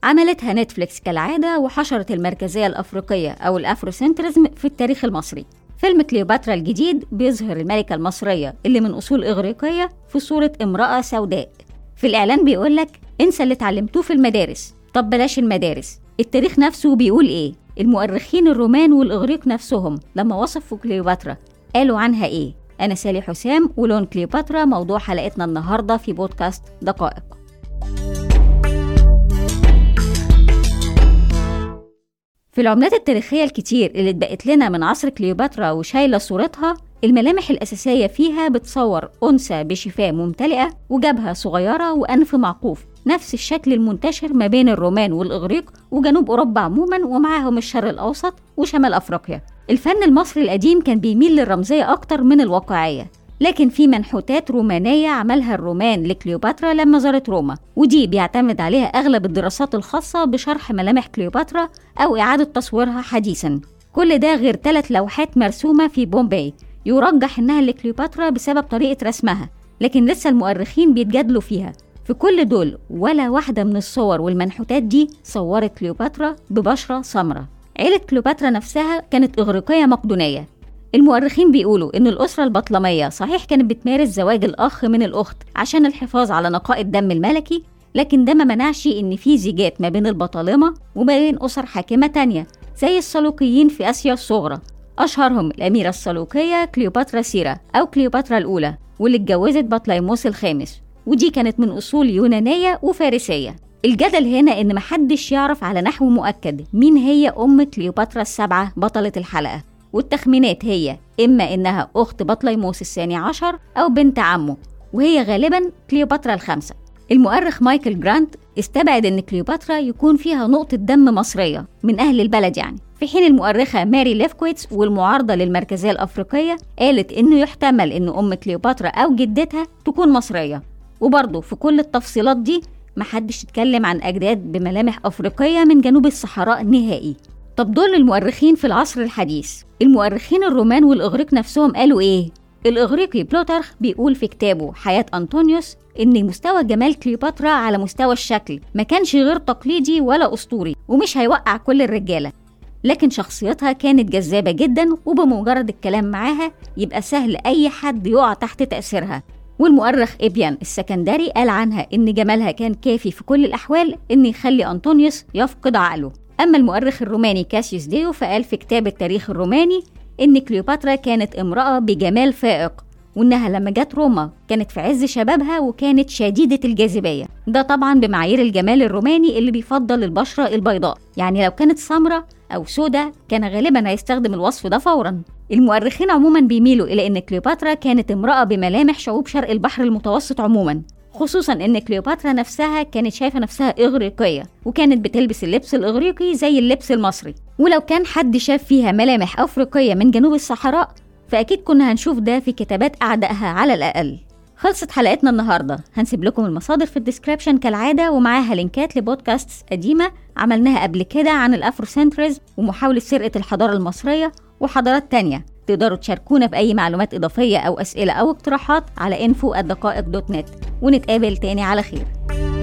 عملتها نتفليكس كالعادة وحشرت المركزية الأفريقية أو الأفروسنترزم في التاريخ المصري. فيلم كليوباترا الجديد بيظهر الملكة المصرية اللي من أصول إغريقية في صورة امرأة سوداء. في الإعلان بيقولك انسى اللي اتعلمتوه في المدارس. طب بلاش المدارس، التاريخ نفسه بيقول إيه؟ المؤرخين الرومان والإغريق نفسهم لما وصفوا كليوباترا قالوا عنها إيه؟ أنا سالي حسام، ولون كليوباترا موضوع حلقتنا النهاردة في بودكاست دقائق. في العملات التاريخية الكتير اللي اتبقت لنا من عصر كليوباترا وشايلة صورتها، الملامح الأساسية فيها بتصور أنثى بشفاه ممتلئة وجبهة صغيرة وأنف معقوف، نفس الشكل المنتشر ما بين الرومان والإغريق وجنوب أوروبا عموما ومعاهم الشرق الأوسط وشمال أفريقيا. الفن المصري القديم كان بيميل للرمزية أكتر من الواقعية، لكن في منحوتات رومانية عملها الرومان لكليوباترا لما زارت روما، ودي بيعتمد عليها أغلب الدراسات الخاصة بشرح ملامح كليوباترا أو إعادة تصويرها حديثا. كل ده غير 3 لوحات مرسومة في بومباي يرجح إنها لكليوباترا بسبب طريقة رسمها، لكن لسه المؤرخين بيتجادلوا فيها. في كل دول ولا واحدة من الصور والمنحوتات دي صورت كليوباترا ببشرة سمراء. عيلة كليوباترا نفسها كانت إغريقية مقدونية. المؤرخين بيقولوا إن الأسرة البطلمية صحيح كانت بتمارس زواج الأخ من الأخت عشان الحفاظ على نقاء الدم الملكي، لكن ده ما منعش إن في زيجات ما بين البطالمة وما بين أسر حاكمة تانية زي السلوقيين في آسيا الصغرى. أشهرهم الأميرة السلوقية كليوباترا سيرا أو كليوباترا الأولى، واللي اتجوزت بطليموس الخامس، ودي كانت من أصول يونانية وفارسية. الجدل هنا إن محدش يعرف على نحو مؤكد مين هي أم كليوباترا السبعة بطلة الحلقة، والتخمينات هي إما إنها أخت بطليموس الثاني عشر أو بنت عمه، وهي غالباً كليوباترا الخامسة. المؤرخ مايكل جرانت استبعد إن كليوباترا يكون فيها نقطة دم مصرية من أهل البلد يعني، في حين المؤرخة ماري ليفكويتس والمعارضة للمركزية الأفريقية قالت إنه يحتمل إن أم كليوباترا أو جدتها تكون مصرية. وبرضه في كل التفصيلات دي محدش يتكلم عن أجداد بملامح أفريقية من جنوب الصحراء نهائي. طب دول المؤرخين في العصر الحديث. المؤرخين الرومان والإغريق نفسهم قالوا إيه؟ الإغريقي بلوتارخ بيقول في كتابه حياة أنطونيوس إن مستوى جمال كليوباترا على مستوى الشكل ما كانش غير تقليدي ولا أسطوري ومش هيوقع كل الرجالة، لكن شخصيتها كانت جذابة جدا وبمجرد الكلام معاها يبقى سهل أي حد يقع تحت تأثيرها. والمؤرخ إبيان السكندري قال عنها إن جمالها كان كافي في كل الأحوال إن يخلي أنطونيوس يفقد عقله. أما المؤرخ الروماني كاسيوس ديو فقال في كتاب التاريخ الروماني إن كليوباترا كانت امرأة بجمال فائق، وإنها لما جت روما كانت في عز شبابها وكانت شديدة الجاذبية، ده طبعا بمعايير الجمال الروماني اللي بيفضل البشرة البيضاء، يعني لو كانت سمراء أو سوداء كان غالبا هيستخدم الوصف ده فورا. المؤرخين عموما بيميلوا إلى إن كليوباترا كانت امرأة بملامح شعوب شرق البحر المتوسط عموما، خصوصا إن كليوباترا نفسها كانت شايفة نفسها إغريقية وكانت بتلبس اللبس الإغريقي زي اللبس المصري، ولو كان حد شاف فيها ملامح أفريقية من جنوب الصحراء فأكيد كنا هنشوف ده في كتابات أعدائها على الأقل. خلصت حلقتنا النهاردة، هنسيب لكم المصادر في الديسكريبشن كالعادة ومعاها لينكات لبودكاست قديمة عملناها قبل كده عن الأفروسنترز ومحاولة سرقة الحضارة المصرية وحضارات تانية. تقدروا تشاركونا بأي معلومات إضافية أو أسئلة أو اقتراحات على info@دقائق.net، ونتقابل تاني على خير.